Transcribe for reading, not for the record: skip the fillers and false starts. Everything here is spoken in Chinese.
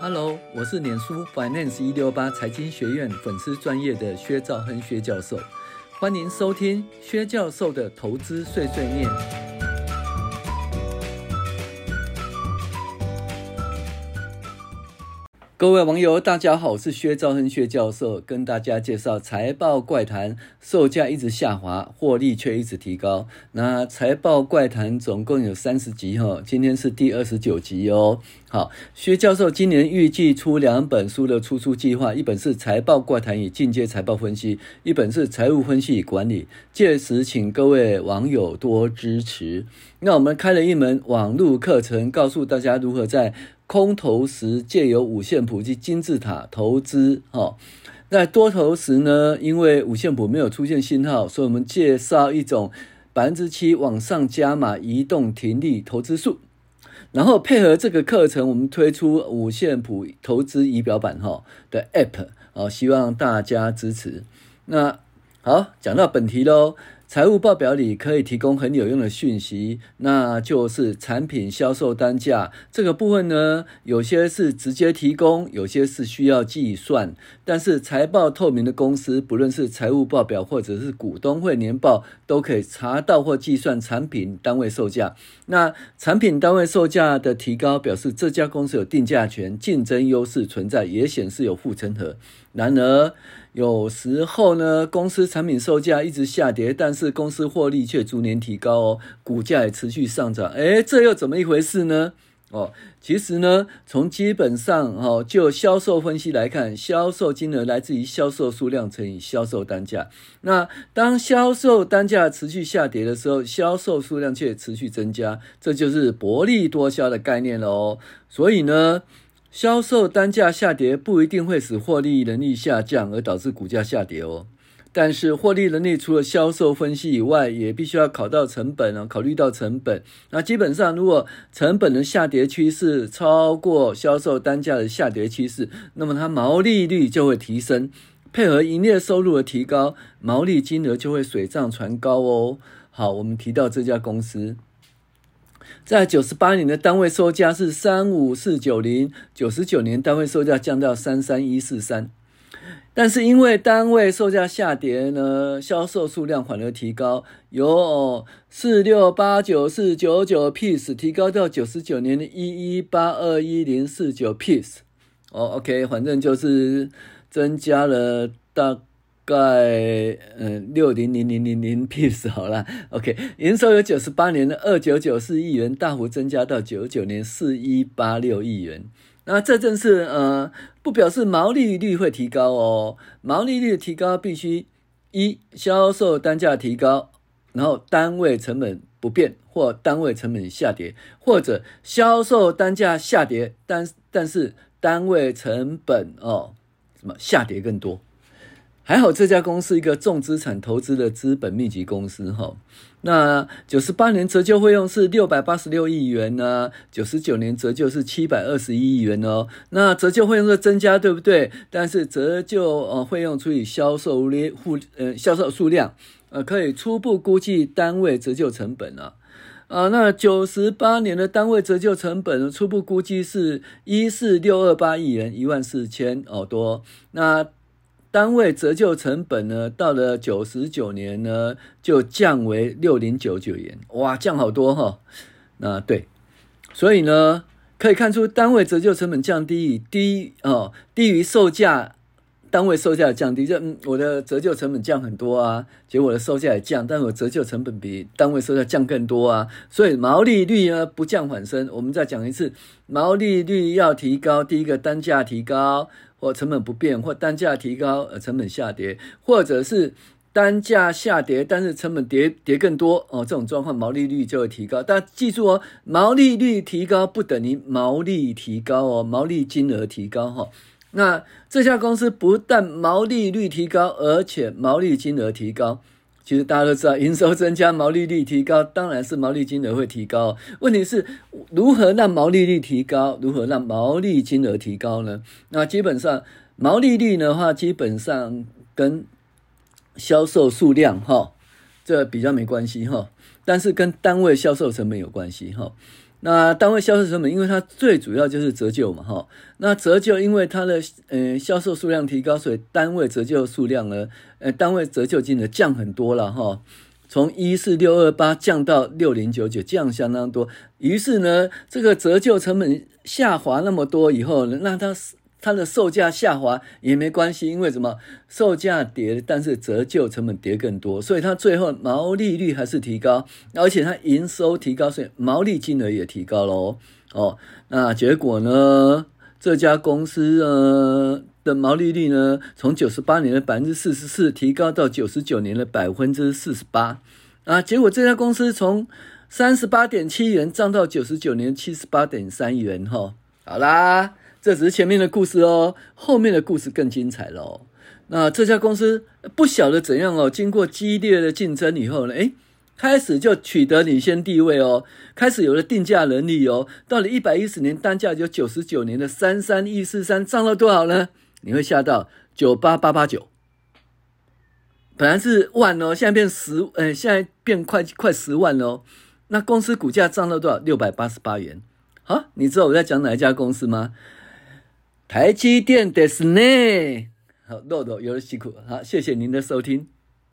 Hello， 我是脸书 Finance 168财经学院粉丝专业的薛兆亨薛教授，欢迎收听薛教授的投资碎碎念。各位网友大家好，我是薛兆亨薛教授，跟大家介绍财报怪谈，售价一直下滑，获利却一直提高。那财报怪谈总共有30集今天是第29集哦。好，薛教授今年预计出2本书的出书计划，一本是财报怪谈与进阶财报分析，一本是财务分析与管理，届时请各位网友多支持。那我们开了一门网络课程，告诉大家如何在空头时借由五线谱及金字塔投资。在多头时呢，因为五线谱没有出现信号，所以我们介绍一种 7% 往上加码移动停利投资术。然后配合这个课程，我们推出五线谱投资仪表板的 App， 希望大家支持。那好，讲到本题咯，财务报表里可以提供很有用的讯息，那就是产品销售单价这个部分呢，有些是直接提供，有些是需要计算。但是财报透明的公司，不论是财务报表或者是股东会年报，都可以查到或计算产品单位售价。那产品单位售价的提高，表示这家公司有定价权，竞争优势存在，也显示有护城河。然而有时候呢，公司产品售价一直下跌，但是公司获利却逐年提高股价也持续上涨。这又怎么一回事呢？其实呢，从基本上就销售分析来看，销售金额来自于销售数量乘以销售单价。那当销售单价持续下跌的时候，销售数量却持续增加，这就是薄利多销的概念了所以呢，销售单价下跌不一定会使获利能力下降，而导致股价下跌但是获利能力除了销售分析以外，也必须要考虑到成本。那基本上如果成本的下跌趋势超过销售单价的下跌趋势，那么它毛利率就会提升，配合营业收入的提高，毛利金额就会水涨船高好，我们提到这家公司在98年的单位售价是35490， 99年单位售价降到33143。但是因为单位售价下跌呢，销售数量反而提高，由4689499 piece 提高到99年的118211049 piece。OK， 反正就是增加了大概60000 piece 好了。OK， 营收由98年的2994亿元大幅增加到99年4186亿元。那这正是不表示毛利率会提高毛利率的提高必须销售单价提高，然后单位成本不变或单位成本下跌，或者销售单价下跌，但是单位成本下跌更多。还好这家公司一个重资产投资的资本密集公司那98年折旧费用是686亿元99年折旧是721亿元那折旧费用的增加对不对？但是折旧费用除以销售数量可以初步估计单位折旧成本那98年的单位折旧成本初步估计是14628亿元14000多。那单位折旧成本呢，到了99年呢，就降为6099元，哇，降好多那对，所以呢，可以看出单位折旧成本降低低于售价，单位售价降低，我的折旧成本降很多结果我的售价也降，但我折旧成本比单位售价降更多所以毛利率呢不降反升。我们再讲一次，毛利率要提高，第一个单价提高或成本不变，或单价提高成本下跌，或者是单价下跌但是成本跌更多这种状况毛利率就会提高。但记住毛利率提高不等于毛利提高毛利金额提高那这家公司不但毛利率提高，而且毛利金额提高。其实大家都知道，营收增加，毛利率提高，当然是毛利金额会提高。问题是如何让毛利率提高，如何让毛利金额提高呢？那基本上毛利率的话，基本上跟销售数量这比较没关系但是跟单位销售成本有关系那单位销售成本，因为它最主要就是折旧嘛，那折旧因为它的销售数量提高，所以单位折旧数量呢，单位折旧金额降很多了从14628降到6099，降相当多。于是呢，这个折旧成本下滑那么多以后呢，那它的售价下滑也没关系，因为什么？售价跌，但是折旧成本跌更多，所以它最后毛利率还是提高，而且它营收提高，所以毛利金额也提高咯。那结果呢？这家公司的毛利率呢，从98年的 44% 提高到99年的 48%。结果这家公司从 38.7 元涨到99年 78.3 元好啦，这只是前面的故事后面的故事更精彩了那这家公司不晓得怎样经过激烈的竞争以后呢，开始就取得领先地位开始有了定价能力到了110年单价就99年的33143涨了多少呢？你会吓到98889，本来是万现在变现在变快10万那公司股价涨了多少？688元。好，你知道我在讲哪一家公司吗？台积电ですね。好，豆豆有了辛苦。好，谢谢您的收听。